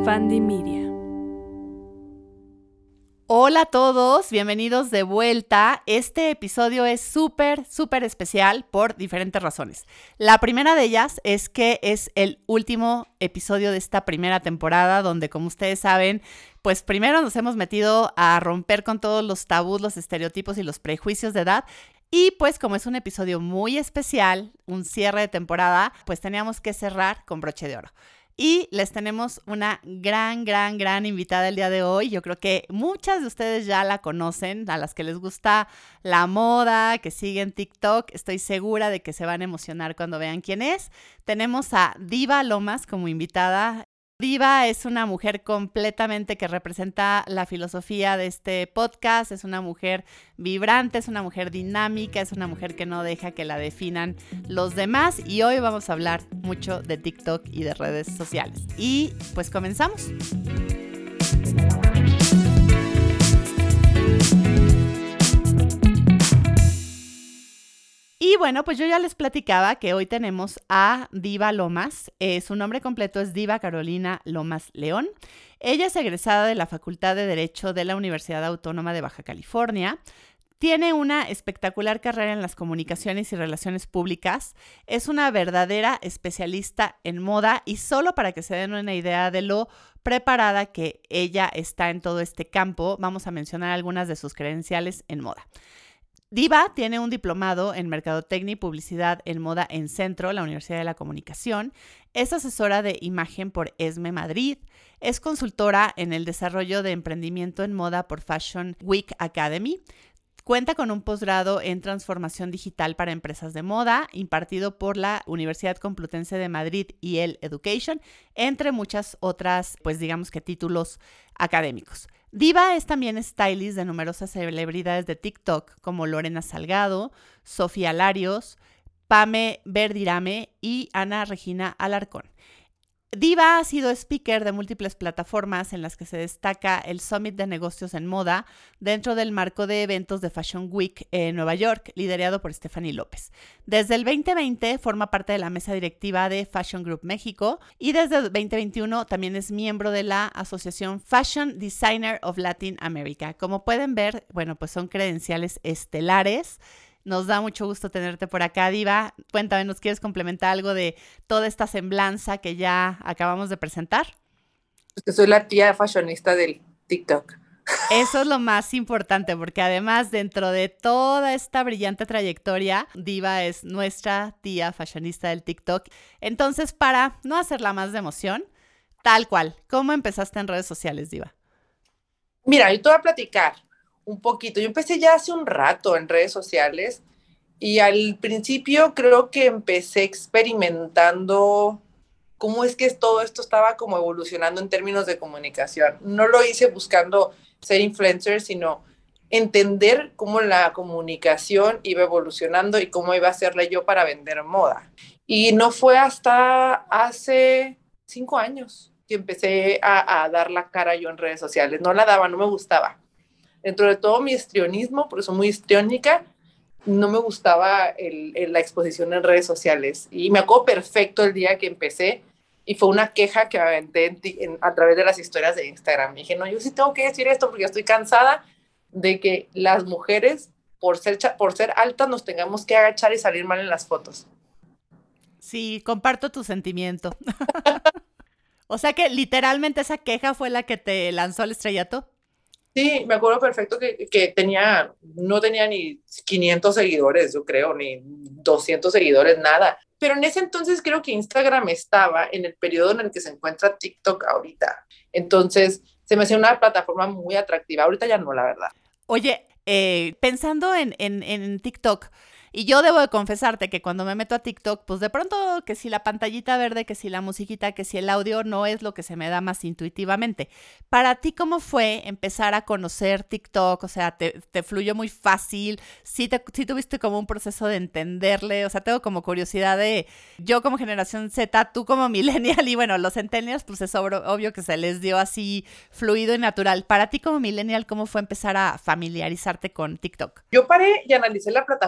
Media. Hola a todos, bienvenidos de vuelta. Este episodio es súper especial por diferentes razones. La primera de ellas es que es el último episodio de esta primera temporada donde, como ustedes saben, pues primero nos hemos metido a romper con todos los tabús, los estereotipos y los prejuicios de edad. Y pues como es un episodio muy especial, un cierre de temporada, pues teníamos que cerrar con broche de oro. Y les tenemos una gran invitada el día de hoy. Yo creo que muchas de ustedes ya la conocen, a las que les gusta la moda, que siguen TikTok. Estoy segura de que se van a emocionar cuando vean quién es. Tenemos a Diva Lomas como invitada. Diva es una mujer completamente que representa la filosofía de este podcast, es una mujer vibrante, es una mujer dinámica, es una mujer que no deja que la definan los demás y hoy vamos a hablar mucho de TikTok y de redes sociales. Y pues comenzamos. Y bueno, pues yo ya les platicaba que hoy tenemos a Diva Lomas. Su nombre completo es Diva Carolina Lomas León. Ella es egresada de la Facultad de Derecho de la Universidad Autónoma de Baja California. Tiene una espectacular carrera en las comunicaciones y relaciones públicas. Es una verdadera especialista en moda y solo para que se den una idea de lo preparada que ella está en todo este campo, vamos a mencionar algunas de sus credenciales en moda. Diva tiene un diplomado en Mercadotecnia y Publicidad en Moda en Centro, la Universidad de la Comunicación. Es asesora de imagen por ESME Madrid. Es consultora en el desarrollo de emprendimiento en moda por Fashion Week Academy. Cuenta con un posgrado en transformación digital para empresas de moda, impartido por la Universidad Complutense de Madrid y el Education, entre muchas otras, pues digamos que títulos académicos. Diva es también stylist de numerosas celebridades de TikTok como Lorena Salgado, Sofía Larios, Pame Verdirame y Ana Regina Alarcón. Diva ha sido speaker de múltiples plataformas en las que se destaca el Summit de Negocios en Moda dentro del marco de eventos de Fashion Week en Nueva York, liderado por Stephanie López. Desde el 2020 forma parte de la mesa directiva de Fashion Group México y desde el 2021 también es miembro de la Asociación Fashion Designer of Latin America. Como pueden ver, bueno, pues son credenciales estelares. Nos da mucho gusto tenerte por acá, Diva. Cuéntame, ¿nos quieres complementar algo de toda esta semblanza que ya acabamos de presentar? Es que soy la tía fashionista del TikTok. Eso es lo más importante, porque además dentro de toda esta brillante trayectoria, Diva es nuestra tía fashionista del TikTok. Entonces, para no hacerla más de emoción, tal cual, ¿cómo empezaste en redes sociales, Diva? Mira, yo te voy a platicar un poquito. Yo empecé ya hace un rato en redes sociales y al principio creo que empecé experimentando cómo es que todo esto estaba como evolucionando en términos de comunicación. No lo hice buscando ser influencer, sino entender cómo la comunicación iba evolucionando y cómo iba a hacerle yo para vender moda. Y no fue hasta hace 5 años que empecé a dar la cara yo en redes sociales. No la daba, no me gustaba. Dentro de todo mi histrionismo, porque soy muy histriónica, no me gustaba la exposición en redes sociales. Y me acuerdo perfecto el día que empecé y fue una queja que me aventé a través de las historias de Instagram. Y dije, no, yo sí tengo que decir esto porque estoy cansada de que las mujeres, por ser altas, nos tengamos que agachar y salir mal en las fotos. Sí, comparto tu sentimiento. O sea que literalmente esa queja fue la que te lanzó al estrellato. Sí, me acuerdo perfecto que no tenía ni 500 seguidores, yo creo, ni 200 seguidores, nada. Pero en ese entonces creo que Instagram estaba en el periodo en el que se encuentra TikTok ahorita. Entonces se me hacía una plataforma muy atractiva. Ahorita ya no, la verdad. Oye, pensando en TikTok, y yo debo de confesarte que cuando me meto a TikTok, pues de pronto que si la pantallita verde, que si la musiquita, que si el audio no es lo que se me da más intuitivamente. Para ti, ¿cómo fue empezar a conocer TikTok? O sea, ¿te fluyó muy fácil? ¿Sí tuviste como un proceso de entenderle? O sea, tengo como curiosidad de, yo como generación Z, tú como millennial, y bueno, los centennials, pues es obvio que se les dio así fluido y natural. Para ti como millennial, ¿cómo fue empezar a familiarizarte con TikTok? Yo paré y analicé la plataforma como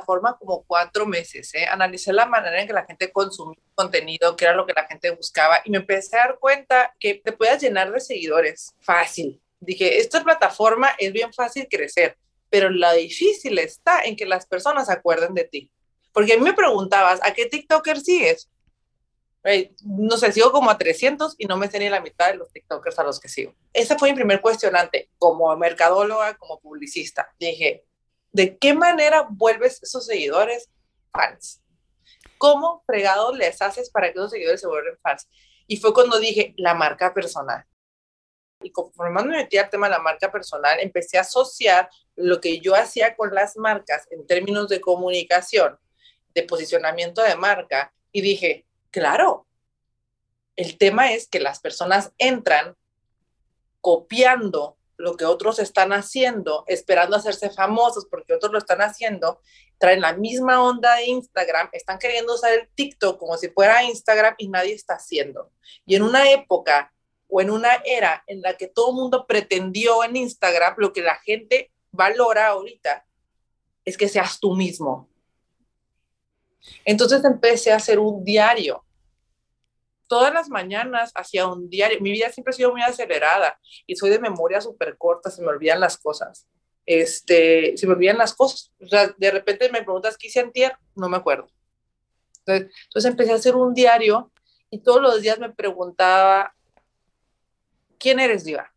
como 4 meses, ¿eh? Analicé la manera en que la gente consumía contenido, qué era lo que la gente buscaba, y me empecé a dar cuenta que te puedes llenar de seguidores fácil. Dije, esta plataforma es bien fácil crecer, pero lo difícil está en que las personas se acuerden de ti. Porque a mí me preguntabas, ¿a qué TikToker sigues? No sé, sigo como a 300 y no me sé ni la mitad de los TikTokers a los que sigo. Ese fue mi primer cuestionante como mercadóloga, como publicista. Dije, ¿de qué manera vuelves esos seguidores fans? ¿Cómo fregados les haces para que esos seguidores se vuelvan fans? Y fue cuando dije, la marca personal. Y conforme más me metí al tema de la marca personal, empecé a asociar lo que yo hacía con las marcas en términos de comunicación, de posicionamiento de marca, y dije, claro, el tema es que las personas entran copiando lo que otros están haciendo, esperando hacerse famosos porque otros lo están haciendo, traen la misma onda de Instagram, están queriendo usar el TikTok como si fuera Instagram y nadie está haciendo. Y en una época o en una era en la que todo el mundo pretendió en Instagram, lo que la gente valora ahorita es que seas tú mismo. Entonces empecé a hacer un diario. Todas las mañanas hacía un diario. Mi vida siempre ha sido muy acelerada y soy de memoria súper corta, se me olvidan las cosas. Se me olvidan las cosas. O sea, de repente me preguntas qué hice antier, no me acuerdo. Entonces empecé a hacer un diario y todos los días me preguntaba, ¿quién eres, Diva?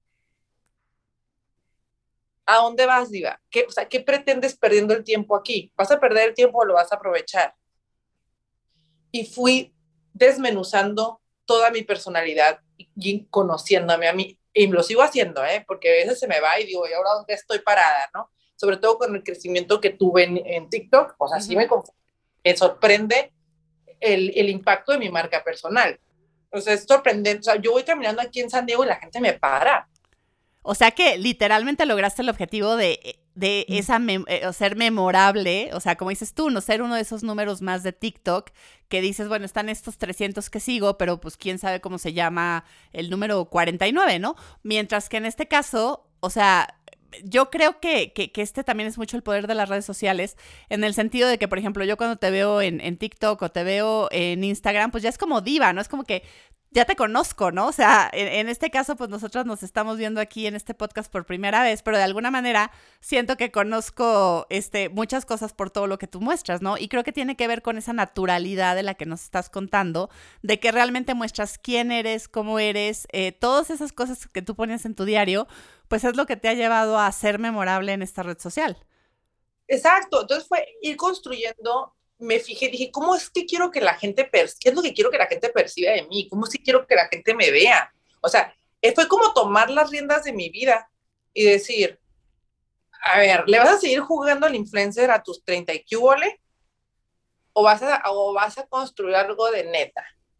¿A dónde vas, Diva? O sea, ¿qué pretendes perdiendo el tiempo aquí? ¿Vas a perder el tiempo o lo vas a aprovechar? Y fui desmenuzando toda mi personalidad y conociéndome a mí. Y lo sigo haciendo, porque a veces se me va y digo, ¿y ahora dónde estoy parada? ¿No? Sobre todo con el crecimiento que tuve en TikTok, o sea, sí me sorprende el impacto de mi marca personal. O sea, es sorprendente. O sea, yo voy caminando aquí en San Diego y la gente me para. O sea que literalmente lograste el objetivo de esa ser memorable, o sea, como dices tú, no ser uno de esos números más de TikTok que dices, bueno, están estos 300 que sigo, pero pues quién sabe cómo se llama el número 49, ¿no? Mientras que en este caso, o sea, yo creo que este también es mucho el poder de las redes sociales, en el sentido de que, por ejemplo, yo cuando te veo en TikTok o te veo en Instagram, pues ya es como diva, ¿no? Es como que ya te conozco, ¿no? O sea, en este caso, pues nosotros nos estamos viendo aquí en este podcast por primera vez, pero de alguna manera siento que conozco muchas cosas por todo lo que tú muestras, ¿no? Y creo que tiene que ver con esa naturalidad de la que nos estás contando, de que realmente muestras quién eres, cómo eres, todas esas cosas que tú ponías en tu diario, pues es lo que te ha llevado a ser memorable en esta red social. Exacto. Entonces fue ir construyendo. Me fijé, dije, ¿cómo es que quiero que la gente perciba? ¿Qué es lo que quiero que la gente perciba de mí? ¿Cómo es que quiero que la gente me vea? O sea, fue como tomar las riendas de mi vida y decir, a ver, ¿le vas a seguir jugando al influencer a tus 30 y qué huele? ¿O vas a construir algo de neta?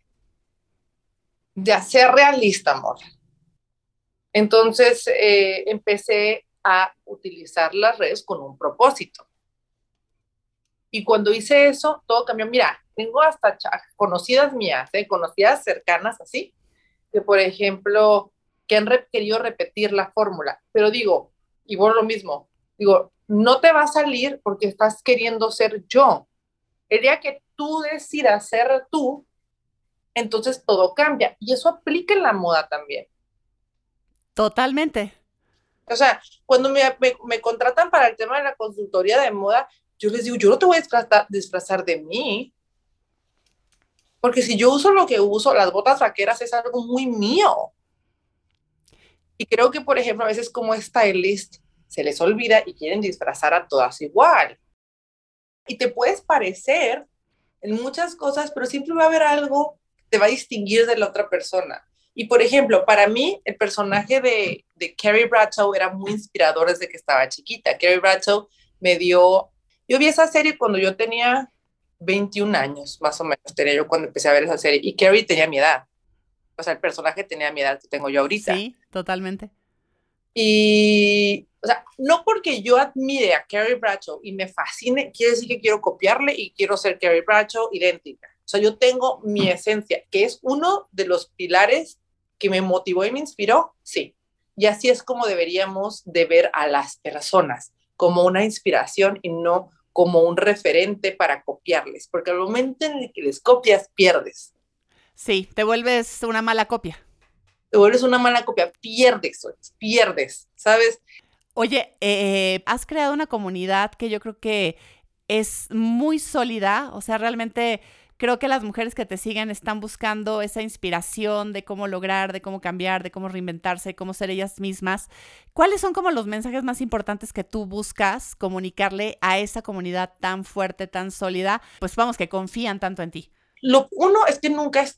De hacer realista, amor. Entonces empecé a utilizar las redes con un propósito. Y cuando hice eso, todo cambió. Mira, tengo hasta conocidas mías, conocidas cercanas así, que por ejemplo, que han querido repetir la fórmula. Pero digo, y por lo mismo, digo, no te va a salir porque estás queriendo ser yo. El día que tú decidas ser tú, entonces todo cambia. Y eso aplica en la moda también. Totalmente. O sea, cuando me contratan para el tema de la consultoría de moda, yo les digo, yo no te voy a disfrazar de mí, porque si yo uso lo que uso, las botas vaqueras es algo muy mío. Y creo que, por ejemplo, a veces como stylist se les olvida y quieren disfrazar a todas igual. Y te puedes parecer en muchas cosas, pero siempre va a haber algo que te va a distinguir de la otra persona. Y, por ejemplo, para mí, el personaje de Carrie Bradshaw era muy inspirador desde que estaba chiquita. Carrie Bradshaw me dio... Yo vi esa serie cuando yo tenía 21 años, más o menos, tenía yo cuando empecé a ver esa serie. Y Carrie tenía mi edad. O sea, el personaje tenía mi edad que tengo yo ahorita. Sí, totalmente. Y, o sea, no porque yo admire a Carrie Bradshaw y me fascine, quiere decir que quiero copiarle y quiero ser Carrie Bradshaw idéntica. O sea, yo tengo mi esencia, que es uno de los pilares que me motivó y me inspiró, sí. Y así es como deberíamos de ver a las personas, como una inspiración y no como un referente para copiarles, porque al momento en el que les copias, pierdes. Sí, te vuelves una mala copia. Te vuelves una mala copia, pierdes, ¿sabes? Oye, has creado una comunidad que yo creo que es muy sólida, o sea, realmente creo que las mujeres que te siguen están buscando esa inspiración de cómo lograr, de cómo cambiar, de cómo reinventarse, cómo ser ellas mismas. ¿Cuáles son como los mensajes más importantes que tú buscas comunicarle a esa comunidad tan fuerte, tan sólida? Pues vamos, que confían tanto en ti. Uno es que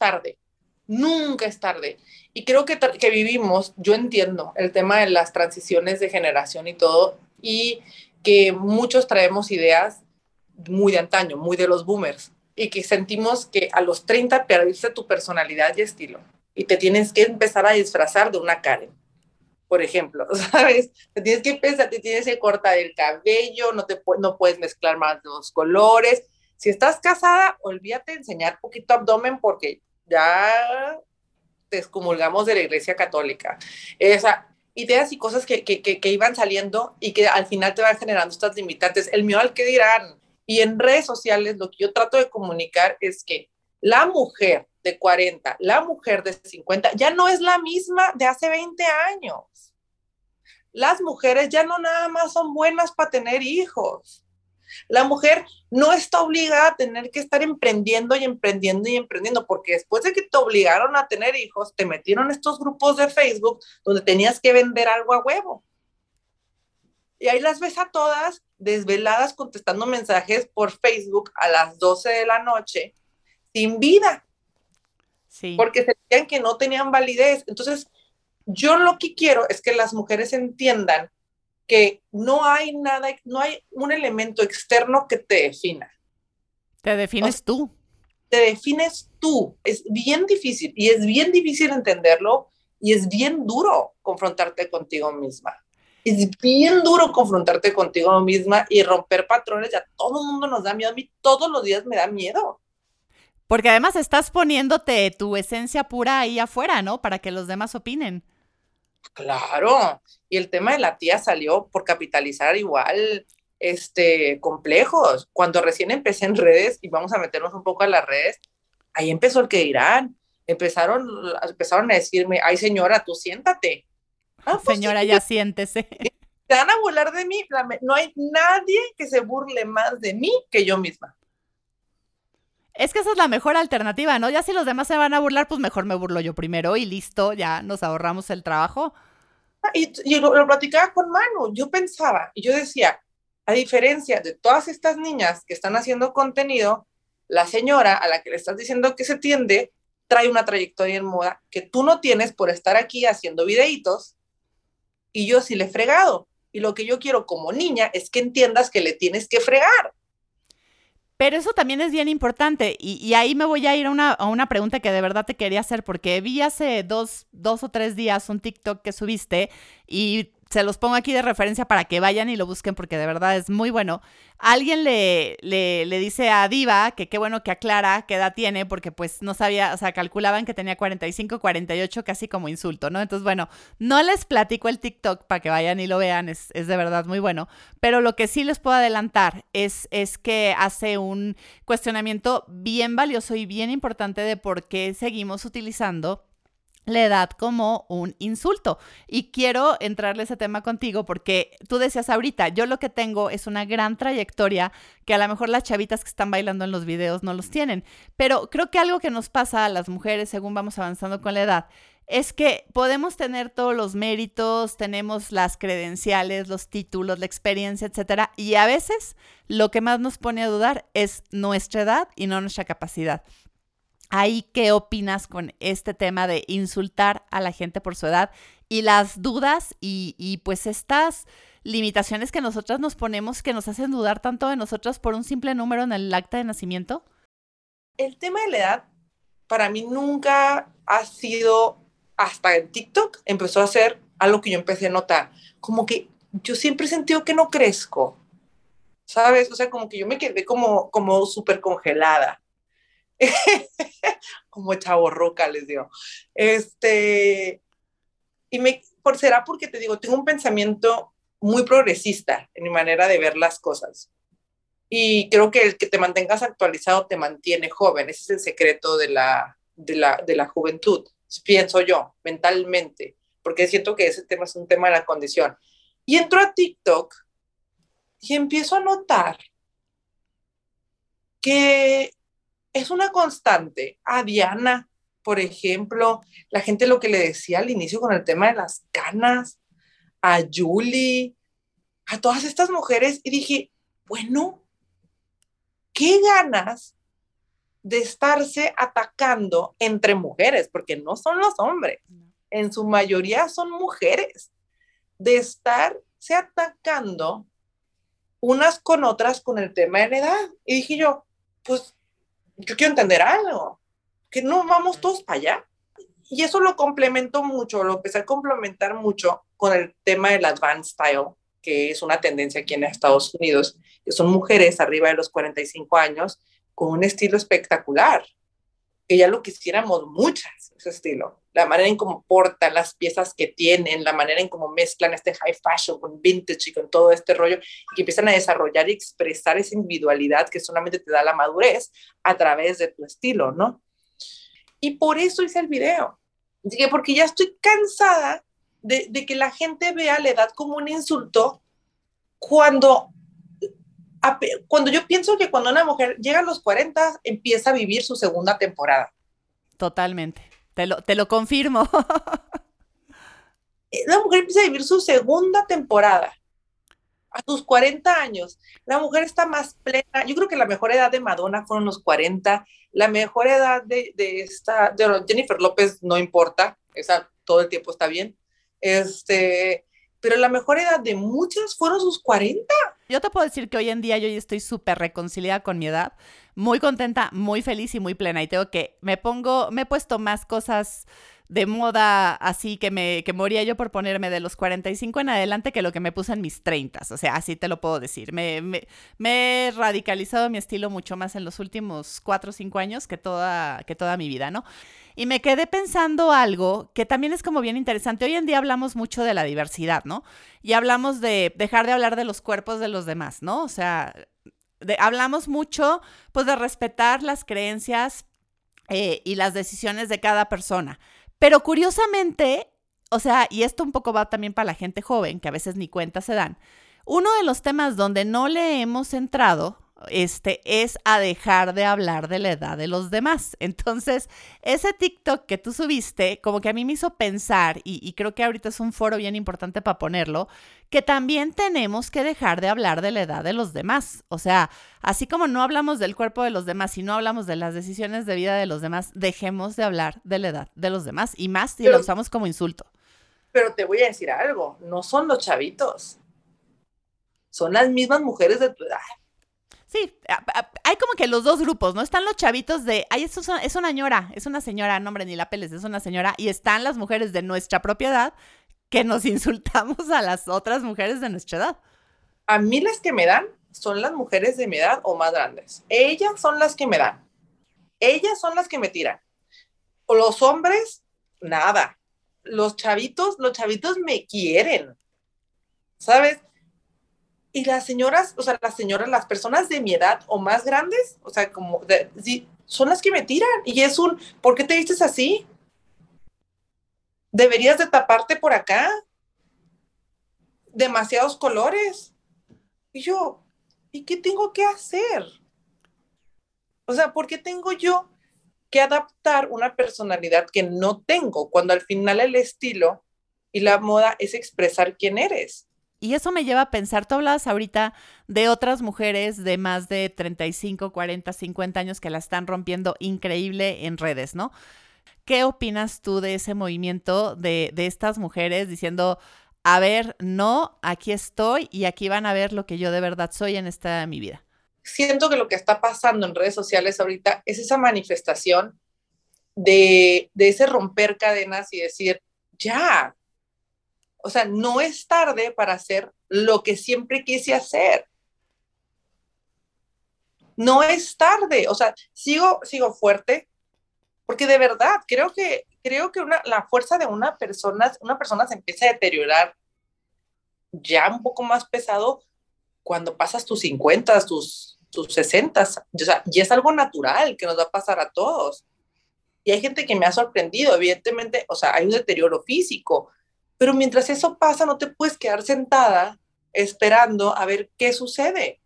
nunca es tarde. Y creo que vivimos, yo entiendo el tema de las transiciones de generación y todo, y que muchos traemos ideas muy de antaño, muy de los boomers, y que sentimos que a los 30 perdiste tu personalidad y estilo, y te tienes que empezar a disfrazar de una Karen, por ejemplo, ¿sabes? Te tienes que cortar el cabello, no puedes mezclar más de dos colores. Si estás casada, olvídate de enseñar poquito abdomen porque ya te excomulgamos de la Iglesia Católica. Esa, ideas y cosas que iban saliendo y que al final te van generando estas limitantes. El miedo al que dirán. Y en redes sociales lo que yo trato de comunicar es que la mujer de 40, la mujer de 50, ya no es la misma de hace 20 años. Las mujeres ya no nada más son buenas para tener hijos. La mujer no está obligada a tener que estar emprendiendo y emprendiendo y emprendiendo, porque después de que te obligaron a tener hijos, te metieron estos grupos de Facebook donde tenías que vender algo a huevo. Y ahí las ves a todas desveladas contestando mensajes por Facebook a las 12 de la noche, sin vida, Sí. porque sentían que no tenían validez. Entonces, yo lo que quiero es que las mujeres entiendan que no hay nada, no hay un elemento externo que te defina. Te O sea, defines tú. te defines tú. Es bien difícil y es bien difícil entenderlo y es bien duro confrontarte contigo misma. Es bien duro confrontarte contigo misma y romper patrones. Ya todo el mundo nos da miedo. A mí todos los días me da miedo. Porque además estás poniéndote tu esencia pura ahí afuera, ¿no? Para que los demás opinen. Claro. Y el tema de la tía salió por capitalizar igual complejos. Cuando recién empecé en redes, y vamos a meternos un poco a las redes, ahí empezó el que dirán. Empezaron a decirme, ay señora, tú siéntate. Ah, pues sí, Señora, ya siéntese. se van a burlar de mí. No hay nadie que se burle más de mí que yo misma. Es que esa es la mejor alternativa, ¿no? Ya si los demás se van a burlar, pues mejor me burlo yo primero y listo, ya nos ahorramos el trabajo. Y lo platicaba con Manu. Yo pensaba y yo decía, a diferencia de todas estas niñas que están haciendo contenido, la señora a la que le estás diciendo que se tiende trae una trayectoria en moda que tú no tienes por estar aquí haciendo videitos y yo sí le he fregado. Y lo que yo quiero como niña es que entiendas que le tienes que fregar. Pero eso también es bien importante y ahí me voy a ir a una pregunta que de verdad te quería hacer porque vi hace dos o tres días un TikTok que subiste y se los pongo aquí de referencia para que vayan y lo busquen porque de verdad es muy bueno. Alguien le dice a Diva que qué bueno que aclara qué edad tiene porque pues no sabía, o sea, calculaban que tenía 45, 48 casi como insulto, ¿no? Entonces, bueno, no les platico el TikTok para que vayan y lo vean, es de verdad muy bueno. Pero lo que sí les puedo adelantar es que hace un cuestionamiento bien valioso y bien importante de por qué seguimos utilizando la edad como un insulto. Y quiero entrarle ese tema contigo porque tú decías ahorita, yo lo que tengo es una gran trayectoria que a lo mejor las chavitas que están bailando en los videos no los tienen. Pero creo que algo que nos pasa a las mujeres según vamos avanzando con la edad es que podemos tener todos los méritos, tenemos las credenciales, los títulos, la experiencia, etcétera, y a veces lo que más nos pone a dudar es nuestra edad y no nuestra capacidad. Ahí, ¿qué opinas con este tema de insultar a la gente por su edad y las dudas y pues estas limitaciones que nosotras nos ponemos que nos hacen dudar tanto de nosotras por un simple número en el acta de nacimiento? El tema de la edad para mí nunca ha sido, hasta en TikTok empezó a ser algo que yo empecé a notar, como que yo siempre he sentido que no crezco, ¿sabes? O sea, como que yo me quedé como súper congelada, como chavorruca, les digo. Será porque te digo, tengo un pensamiento muy progresista en mi manera de ver las cosas. Y creo que el que te mantengas actualizado te mantiene joven. Ese es el secreto de la juventud, pienso yo, mentalmente, porque siento que ese tema es un tema de la condición. Y entro a TikTok y empiezo a notar que es una constante. A Diana, por ejemplo, la gente lo que le decía al inicio con el tema de las canas, a Julie, a todas estas mujeres, y dije, bueno, qué ganas de estarse atacando entre mujeres, porque no son los hombres, en su mayoría son mujeres, de estarse atacando unas con otras con el tema de la edad. Y dije yo, pues yo quiero entender algo, que no vamos todos para allá. Y eso lo complemento mucho, lo empecé a complementar mucho con el tema del advanced style, que es una tendencia aquí en Estados Unidos, que son mujeres arriba de los 45 años con un estilo espectacular, que ya lo quisiéramos muchas, ese estilo. La manera en cómo portan las piezas que tienen, la manera en cómo mezclan este high fashion con vintage y con todo este rollo, y que empiezan a desarrollar y expresar esa individualidad que solamente te da la madurez a través de tu estilo, ¿no? Y por eso hice el video. Dije, porque ya estoy cansada de que la gente vea la edad como un insulto cuando, cuando yo pienso que cuando una mujer llega a los 40 empieza a vivir su segunda temporada. Totalmente. Te lo confirmo. La mujer empieza a vivir su segunda temporada a sus 40 años. La mujer está más plena. Yo creo que la mejor edad de Madonna fueron los 40. La mejor edad de Jennifer López no importa, esa todo el tiempo está bien. Pero la mejor edad de muchas fueron sus 40. Yo te puedo decir que hoy en día yo ya estoy súper reconciliada con mi edad, muy contenta, muy feliz y muy plena. Y tengo que, me he puesto más cosas de moda así que moría yo por ponerme de los 45 en adelante que lo que me puse en mis 30. O sea, así te lo puedo decir. Me he radicalizado mi estilo mucho más en los últimos 4 o 5 años que toda mi vida, ¿no? Y me quedé pensando algo que también es como bien interesante. Hoy en día hablamos mucho de la diversidad, ¿no? Y hablamos de dejar de hablar de los cuerpos de los demás, ¿no? O sea, hablamos mucho, pues, de respetar las creencias y las decisiones de cada persona. Pero curiosamente, o sea, y esto un poco va también para la gente joven, que a veces ni cuenta se dan, uno de los temas donde no le hemos entrado es a dejar de hablar de la edad de los demás. Entonces, ese TikTok que tú subiste, como que a mí me hizo pensar, y creo que ahorita es un foro bien importante para ponerlo, que también tenemos que dejar de hablar de la edad de los demás. O sea, así como no hablamos del cuerpo de los demás y no hablamos de las decisiones de vida de los demás, dejemos de hablar de la edad de los demás, y más si lo usamos como insulto. Pero te voy a decir algo, no son los chavitos, son las mismas mujeres de tu edad. Sí, hay como que los dos grupos, ¿no? Están los chavitos de, ay, es una ñora, es una señora, no, hombre, ni la peles, es una señora. Y están las mujeres de nuestra propiedad que nos insultamos a las otras mujeres de nuestra edad. A mí las que me dan son las mujeres de mi edad o más grandes. Ellas son las que me dan. Ellas son las que me tiran. O los hombres, nada. Los chavitos me quieren, ¿sabes? Y las señoras, o sea, las personas de mi edad o más grandes, o sea, sí, son las que me tiran. Y es ¿por qué te vistes así? Deberías de taparte por acá. Demasiados colores. Y yo, ¿y qué tengo que hacer? O sea, ¿por qué tengo yo que adaptar una personalidad que no tengo cuando al final el estilo y la moda es expresar quién eres? Y eso me lleva a pensar, tú hablabas ahorita de otras mujeres de más de 35, 40, 50 años que la están rompiendo increíble en redes, ¿no? ¿Qué opinas tú de ese movimiento de estas mujeres diciendo, a ver, no, aquí estoy y aquí van a ver lo que yo de verdad soy en esta mi vida? Siento que lo que está pasando en redes sociales ahorita es esa manifestación de ese romper cadenas y decir, ya, o sea, no es tarde para hacer lo que siempre quise hacer. No es tarde, o sea, sigo fuerte, porque de verdad creo que la fuerza de una persona se empieza a deteriorar ya un poco más pesado cuando pasas tus 50, sus 60, o sea, y es algo natural que nos va a pasar a todos. Y hay gente que me ha sorprendido, evidentemente, o sea, hay un deterioro físico, pero mientras eso pasa, no te puedes quedar sentada esperando a ver qué sucede.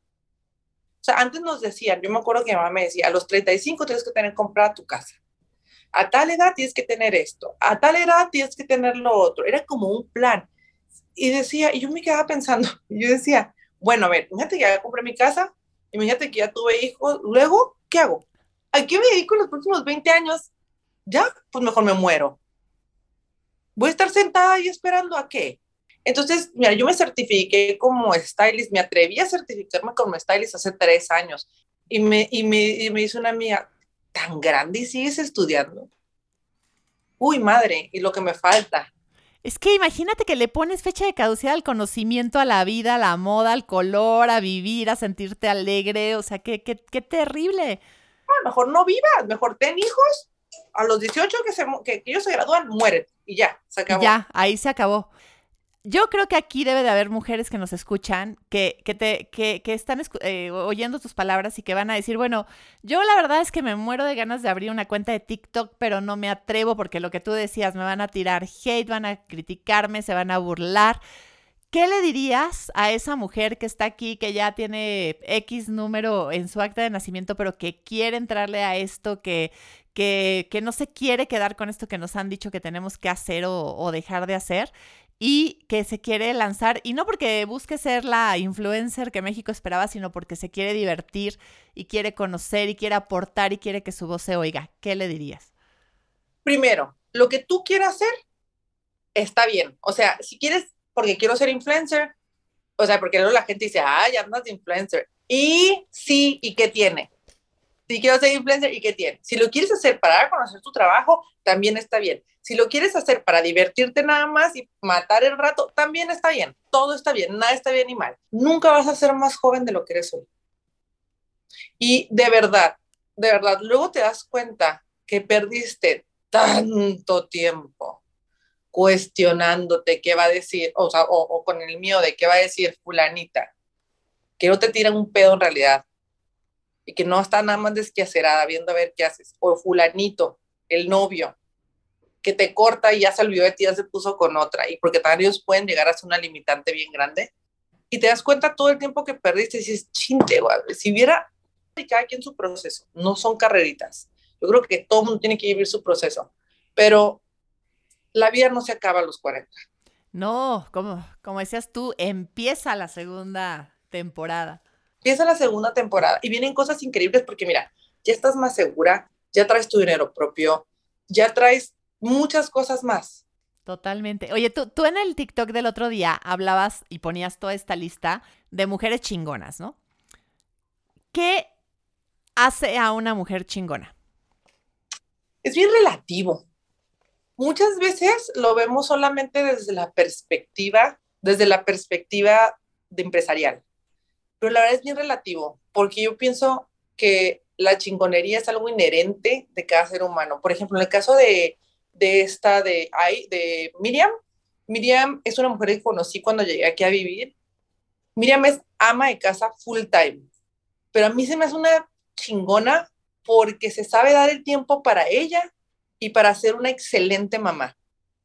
O sea, antes nos decían, yo me acuerdo que mi mamá me decía, a los 35 tienes que tener comprada tu casa, a tal edad tienes que tener esto, a tal edad tienes que tener lo otro. Era como un plan. Y decía, y yo me quedaba pensando, y yo decía, bueno, a ver, imagínate que ya compré mi casa, imagínate que ya tuve hijos, luego, ¿qué hago? ¿A qué me dedico en los próximos 20 años? Ya, pues mejor me muero. Voy a estar sentada ahí esperando a qué. Entonces, mira, yo me certifiqué como stylist, me atreví a certificarme como stylist hace 3 años y me hizo una amiga, tan grande y sigues estudiando. Uy, madre, y lo que me falta. Es que imagínate que le pones fecha de caducidad al conocimiento, a la vida, a la moda, al color, a vivir, a sentirte alegre. O sea, qué terrible. A lo mejor no vivas, mejor ten hijos. A los 18 que ellos se gradúan, mueren y ya, se Y acabó. ya, ahí se acabó. Yo creo que aquí debe de haber mujeres que nos escuchan, que están oyendo tus palabras y que van a decir, bueno, yo la verdad es que me muero de ganas de abrir una cuenta de TikTok, pero no me atrevo porque lo que tú decías, me van a tirar hate, van a criticarme, se van a burlar. ¿Qué le dirías a esa mujer que está aquí, que ya tiene X número en su acta de nacimiento, pero que quiere entrarle a esto, que no se quiere quedar con esto que nos han dicho que tenemos que hacer o dejar de hacer? Y que se quiere lanzar, y no porque busque ser la influencer que México esperaba, sino porque se quiere divertir y quiere conocer y quiere aportar y quiere que su voz se oiga. ¿Qué le dirías? Primero, lo que tú quieras hacer está bien. O sea, si quieres, porque quiero ser influencer, o sea, porque luego la gente dice, ay, andas de influencer. Y sí, ¿y qué tiene? Si quiero ser influencer, ¿y qué tiene? Si lo quieres hacer para dar a conocer tu trabajo, también está bien. Si lo quieres hacer para divertirte nada más y matar el rato, también está bien. Todo está bien, nada está bien ni mal. Nunca vas a ser más joven de lo que eres hoy. Y de verdad, luego te das cuenta que perdiste tanto tiempo cuestionándote qué va a decir, o sea, o con el mío de qué va a decir fulanita, que no te tiran un pedo en realidad y que no está nada más desquacerada viendo a ver qué haces, o fulanito, el novio, que te corta y ya se olvidó de ti, ya se puso con otra, y porque también ellos pueden llegar a ser una limitante bien grande, y te das cuenta todo el tiempo que perdiste y dices, chinte, güey, si hubiera cada quien su proceso, no son carreritas. Yo creo que todo el mundo tiene que vivir su proceso, pero la vida no se acaba a los 40. No, como decías tú, empieza la segunda temporada. Empieza la segunda temporada y vienen cosas increíbles porque mira, ya estás más segura, ya traes tu dinero propio, ya traes muchas cosas más. Totalmente. Oye, tú en el TikTok del otro día hablabas y ponías toda esta lista de mujeres chingonas, ¿no? ¿Qué hace a una mujer chingona? Es bien relativo. Muchas veces lo vemos solamente desde la perspectiva de empresarial, pero la verdad es bien relativo, porque yo pienso que la chingonería es algo inherente de cada ser humano. Por ejemplo, en el caso de Miriam, Miriam es una mujer que conocí cuando llegué aquí a vivir. Miriam es ama de casa full time, pero a mí se me hace una chingona porque se sabe dar el tiempo para ella y para ser una excelente mamá.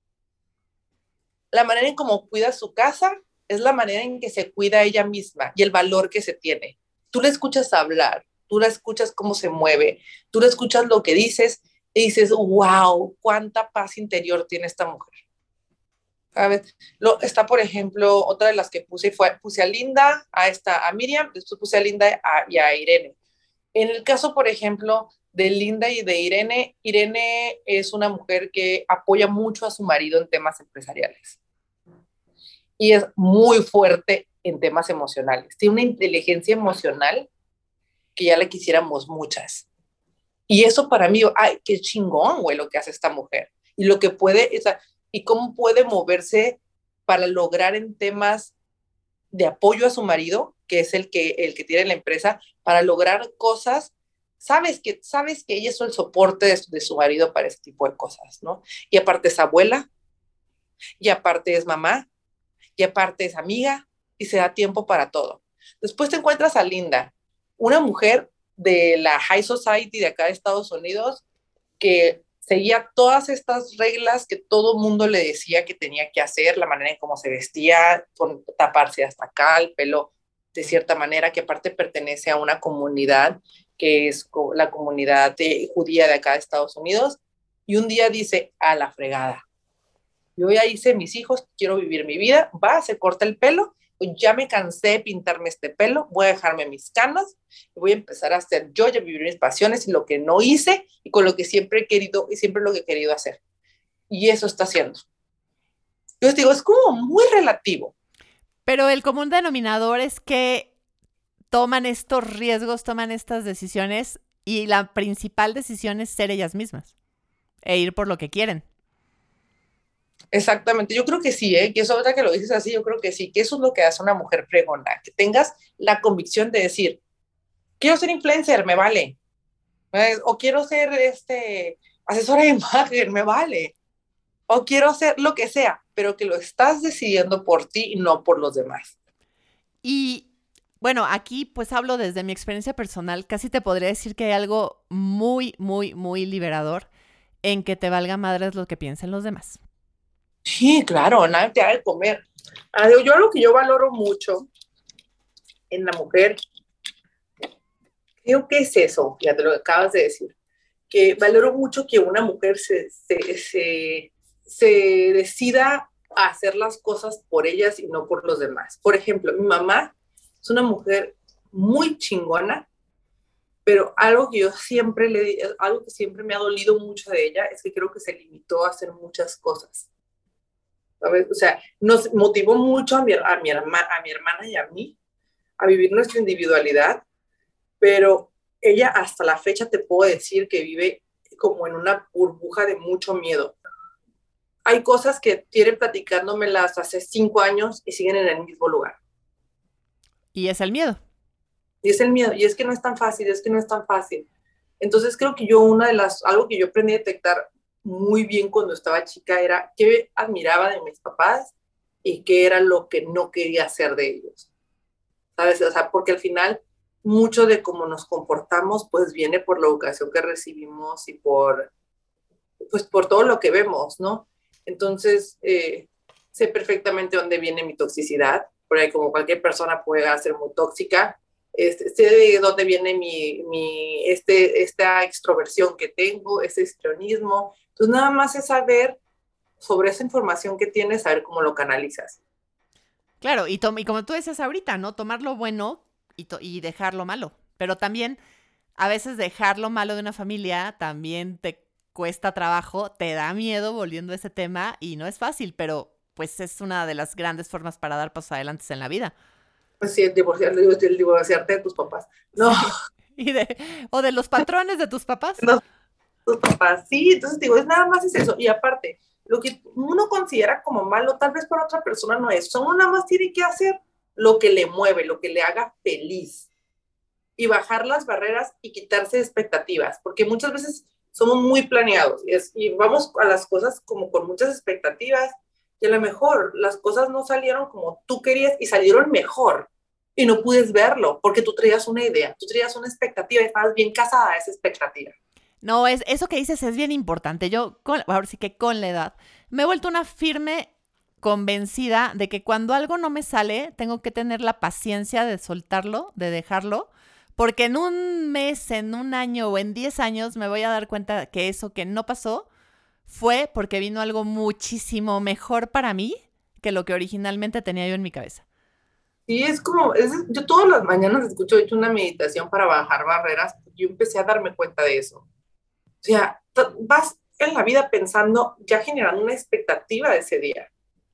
La manera en cómo cuida su casa es la manera en que se cuida ella misma y el valor que se tiene. Tú la escuchas hablar, tú la escuchas cómo se mueve, tú la escuchas lo que dices y dices, wow, cuánta paz interior tiene esta mujer. ¿Sabes? Está, por ejemplo, otra de las que puse a Linda, a Miriam, después puse a Linda y a Irene. En el caso, por ejemplo, de Linda y de Irene, Irene es una mujer que apoya mucho a su marido en temas empresariales y es muy fuerte en temas emocionales. Tiene una inteligencia emocional que ya le quisiéramos muchas. Y eso para mí, ay, qué chingón, güey, lo que hace esta mujer. Y lo que puede, y cómo puede moverse para lograr en temas de apoyo a su marido, que es el que tiene la empresa, para lograr cosas. Sabes que ella es el soporte de su marido para ese tipo de cosas, ¿no? Y aparte es abuela, y aparte es mamá, y aparte es amiga, y se da tiempo para todo. Después te encuentras a Linda. una mujer de la high society de acá de Estados Unidos que seguía todas estas reglas que todo mundo le decía que tenía que hacer, la manera en cómo se vestía, con taparse hasta acá, el pelo de cierta manera, que aparte pertenece a una comunidad que es la comunidad judía de acá de Estados Unidos, y un día dice, a la fregada, yo ya hice mis hijos, quiero vivir mi vida, va, se corta el pelo, ya me cansé de pintarme este pelo, voy a dejarme mis canas y voy a empezar a hacer yo, ya vivir mis pasiones y lo que no hice y con lo que siempre he querido y siempre lo que he querido hacer. Y eso está haciendo. Yo digo, es como muy relativo. Pero el común denominador es que toman estos riesgos, toman estas decisiones y la principal decisión es ser ellas mismas e ir por lo que quieren. Exactamente, yo creo que sí, que eso ahora que lo dices así, yo creo que sí, que eso es lo que hace una mujer fregona, que tengas la convicción de decir, quiero ser influencer, me vale, o quiero ser asesora de imagen, me vale, o quiero ser lo que sea, pero que lo estás decidiendo por ti y no por los demás. Y bueno, aquí pues hablo desde mi experiencia personal, casi te podría decir que hay algo muy, muy, muy liberador en que te valga madres lo que piensen los demás. Sí, claro, nadie te ha de comer. Yo lo que yo valoro mucho en la mujer, creo que es eso, ya te lo acabas de decir, que valoro mucho que una mujer se decida a hacer las cosas por ellas y no por los demás. Por ejemplo, mi mamá es una mujer muy chingona, pero algo que yo siempre algo que siempre me ha dolido mucho de ella es que creo que se limitó a hacer muchas cosas. ¿Sabes? O sea, nos motivó mucho a mi hermana y a mí a vivir nuestra individualidad, pero ella hasta la fecha te puedo decir que vive como en una burbuja de mucho miedo. Hay cosas que tienen platicándomelas hace 5 años y siguen en el mismo lugar. Y es el miedo. Y es el miedo, y es que no es tan fácil, es que no es tan fácil. Entonces creo que algo que yo aprendí a detectar muy bien cuando estaba chica era qué admiraba de mis papás y qué era lo que no quería hacer de ellos. ¿Sabes? O sea, porque al final mucho de cómo nos comportamos pues viene por la educación que recibimos y pues por todo lo que vemos, ¿no? Entonces, sé perfectamente dónde viene mi toxicidad, porque como cualquier persona puede ser muy tóxica, sé de dónde viene esta extroversión que tengo, ese histrionismo. Entonces, nada más es saber sobre esa información que tienes, saber cómo lo canalizas. Claro, y como tú decías ahorita, ¿no? Tomar lo bueno y dejar lo malo. Pero también a veces dejar lo malo de una familia también te cuesta trabajo, te da miedo volviendo a ese tema y no es fácil, pero pues es una de las grandes formas para dar pasos adelante en la vida. Pues sí, divorciarte de tus papás. No, Sí. O de los patrones de tus papás. no, tus papás, sí, entonces digo, es nada más es eso. Y aparte, lo que uno considera como malo, tal vez para otra persona no es. Uno nada más tiene que hacer lo que le mueve, lo que le haga feliz. Y bajar las barreras y quitarse expectativas, porque muchas veces somos muy planeados y vamos a las cosas como con muchas expectativas y a lo mejor las cosas no salieron como tú querías y salieron mejor y no puedes verlo porque tú traías una idea, tú traías una expectativa y estabas bien casada a esa expectativa. No, eso que dices es bien importante. Yo, ahora sí que con la edad, me he vuelto una firme convencida de que cuando algo no me sale, tengo que tener la paciencia de soltarlo, de dejarlo, porque en un mes, en un año o en 10 años me voy a dar cuenta que eso que no pasó fue porque vino algo muchísimo mejor para mí que lo que originalmente tenía yo en mi cabeza. Y es como, yo todas las mañanas escucho, he hecho una meditación para bajar barreras, y yo empecé a darme cuenta de eso. O sea, vas en la vida pensando, ya generando una expectativa de ese día,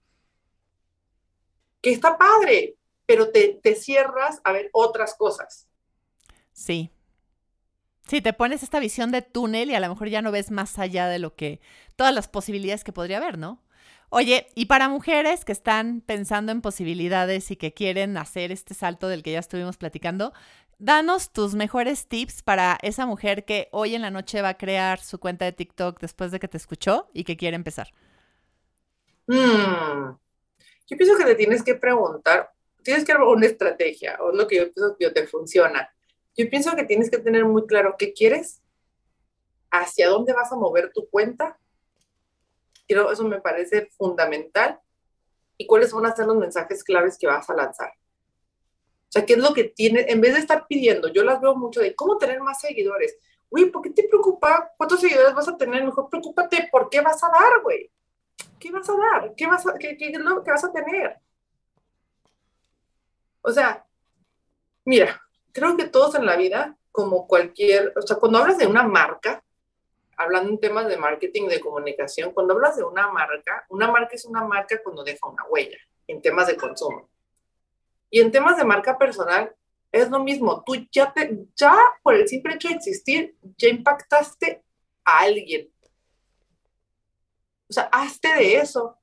que está padre, pero te cierras a ver otras cosas. Sí. Sí, te pones esta visión de túnel y a lo mejor ya no ves más allá de lo que, todas las posibilidades que podría haber, ¿no? Oye, y para mujeres que están pensando en posibilidades y que quieren hacer este salto del que ya estuvimos platicando, danos tus mejores tips para esa mujer que hoy en la noche va a crear su cuenta de TikTok después de que te escuchó y que quiere empezar. Yo pienso que te tienes que preguntar, tienes que armar una estrategia, o es lo que yo pienso que te funciona. Yo pienso que tienes que tener muy claro qué quieres, hacia dónde vas a mover tu cuenta. Creo eso me parece fundamental. Y cuáles van a ser los mensajes claves que vas a lanzar. O sea, ¿qué es lo que tiene? En vez de estar pidiendo, yo las veo mucho de cómo tener más seguidores. Güey, ¿por qué te preocupa cuántos seguidores vas a tener? Mejor preocúpate por qué vas a dar, güey. ¿Qué vas a dar? ¿Qué es lo que vas a tener? O sea, mira, creo que todos en la vida, como cualquier, o sea, cuando hablas de una marca, hablando en temas de marketing, de comunicación, cuando hablas de una marca es una marca cuando deja una huella en temas de consumo. Y en temas de marca personal, es lo mismo. Tú ya por el simple hecho de existir, ya impactaste a alguien. O sea, hazte de eso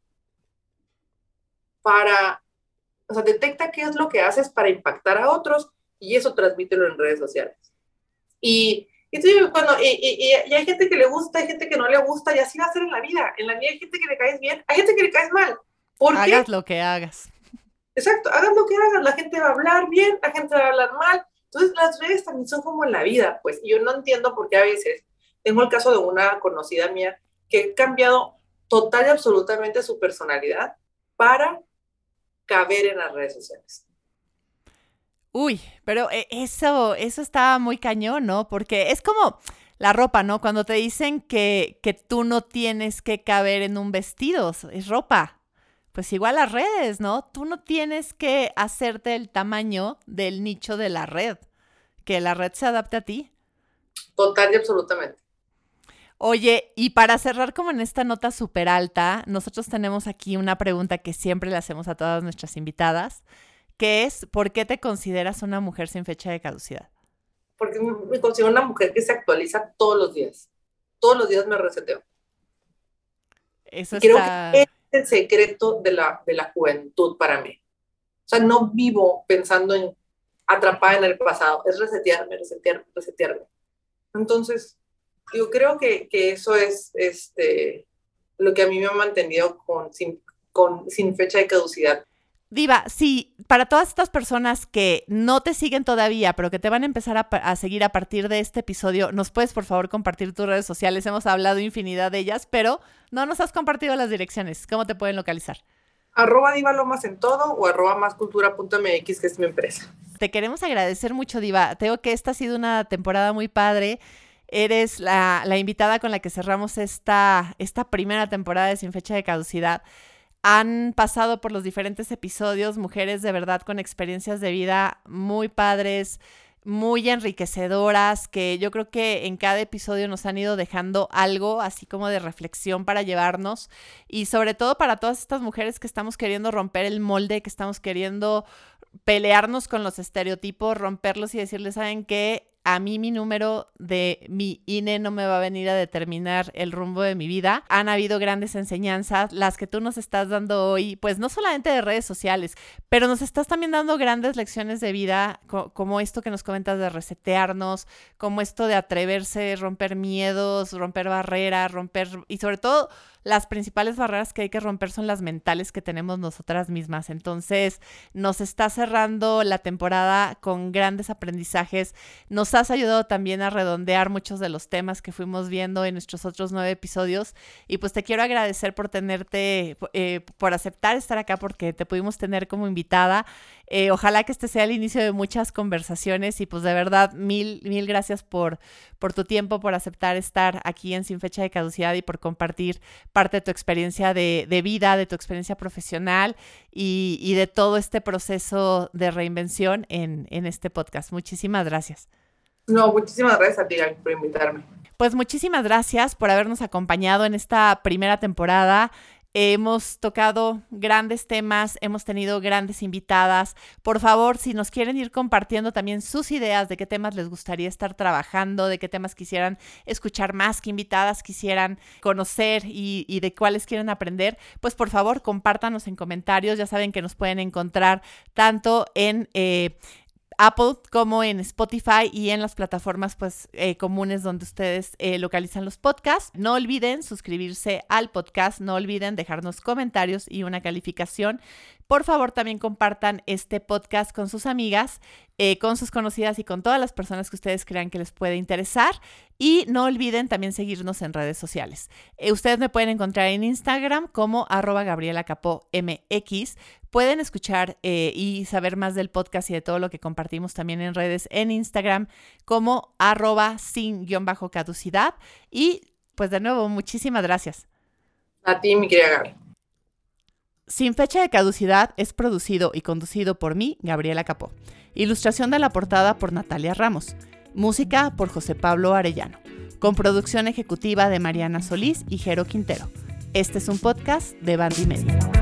o sea, detecta qué es lo que haces para impactar a otros y eso transmítelo en redes sociales. Y hay gente que le gusta, hay gente que no le gusta, y así va a ser en la vida. En la vida hay gente que le caes bien, hay gente que le caes mal. ¿Por qué? Hagas lo que hagas. Exacto, hagas lo que hagas, la gente va a hablar bien, la gente va a hablar mal. Entonces las redes también son como en la vida, pues. Y yo no entiendo por qué a veces, tengo el caso de una conocida mía que ha cambiado total y absolutamente su personalidad para caber en las redes sociales. Uy, pero eso está muy cañón, ¿no? Porque es como la ropa, ¿no? Cuando te dicen que tú no tienes que caber en un vestido, es ropa. Pues igual las redes, ¿no? Tú no tienes que hacerte el tamaño del nicho de la red, que la red se adapte a ti. Total y absolutamente. Oye, y para cerrar como en esta nota súper alta, nosotros tenemos aquí una pregunta que siempre le hacemos a todas nuestras invitadas, que es, ¿por qué te consideras una mujer sin fecha de caducidad? Porque me considero una mujer que se actualiza todos los días. Todos los días me reseteo. Eso Y creo que está... es el secreto de la juventud para mí. O sea, no vivo pensando en atrapada en el pasado, es resetearme, resetearme, resetearme. Entonces, yo creo que eso es lo que a mí me ha mantenido sin fecha de caducidad. Diva, sí, para todas estas personas que no te siguen todavía, pero que te van a empezar a seguir a partir de este episodio, ¿nos puedes por favor compartir tus redes sociales? Hemos hablado infinidad de ellas, pero no nos has compartido las direcciones. ¿Cómo te pueden localizar? @divalomas en todo o @mascultura.mx, que es mi empresa. Te queremos agradecer mucho, Diva. Tengo que esta ha sido una temporada muy padre. Eres la invitada con la que cerramos esta primera temporada de Sin Fecha de Caducidad. Han pasado por los diferentes episodios mujeres de verdad con experiencias de vida muy padres, muy enriquecedoras, que yo creo que en cada episodio nos han ido dejando algo así como de reflexión para llevarnos, y sobre todo para todas estas mujeres que estamos queriendo romper el molde, que estamos queriendo pelearnos con los estereotipos, romperlos y decirles, ¿saben qué? A mí mi número de mi INE no me va a venir a determinar el rumbo de mi vida. Han habido grandes enseñanzas, las que tú nos estás dando hoy, pues no solamente de redes sociales, pero nos estás también dando grandes lecciones de vida, como esto que nos comentas de resetearnos, como esto de atreverse, romper miedos, romper barreras, y sobre todo las principales barreras que hay que romper son las mentales que tenemos nosotras mismas. Entonces, nos está cerrando la temporada con grandes aprendizajes. Nos has ayudado también a redondear muchos de los temas que fuimos viendo en nuestros otros 9 episodios. Y pues te quiero agradecer por tenerte, por aceptar estar acá, porque te pudimos tener como invitada. Ojalá que este sea el inicio de muchas conversaciones y pues de verdad mil gracias por tu tiempo, por aceptar estar aquí en Sin Fecha de Caducidad y por compartir parte de tu experiencia de vida, de tu experiencia profesional y de todo este proceso de reinvención en este podcast. Muchísimas gracias. No, muchísimas gracias a ti por invitarme. Pues muchísimas gracias por habernos acompañado en esta primera temporada. Hemos tocado grandes temas, hemos tenido grandes invitadas. Por favor, si nos quieren ir compartiendo también sus ideas de qué temas les gustaría estar trabajando, de qué temas quisieran escuchar más, qué invitadas quisieran conocer y de cuáles quieren aprender, pues por favor compártanos en comentarios. Ya saben que nos pueden encontrar tanto en Apple como en Spotify y en las plataformas pues comunes donde ustedes localizan los podcasts. No olviden suscribirse al podcast, no olviden dejarnos comentarios y una calificación Por favor, también compartan este podcast con sus amigas, con sus conocidas y con todas las personas que ustedes crean que les puede interesar. Y no olviden también seguirnos en redes sociales. Ustedes me pueden encontrar en Instagram como @GabrielaCapoMX. Pueden escuchar y saber más del podcast y de todo lo que compartimos también en redes en Instagram como @sin_caducidad. Y pues de nuevo, muchísimas gracias. A ti, mi querida Gaby. Sin fecha de caducidad es producido y conducido por mí, Gabriela Capó. Ilustración de la portada por Natalia Ramos. Música por José Pablo Arellano. Con producción ejecutiva de Mariana Solís y Jero Quintero. Este es un podcast de Bandy Media.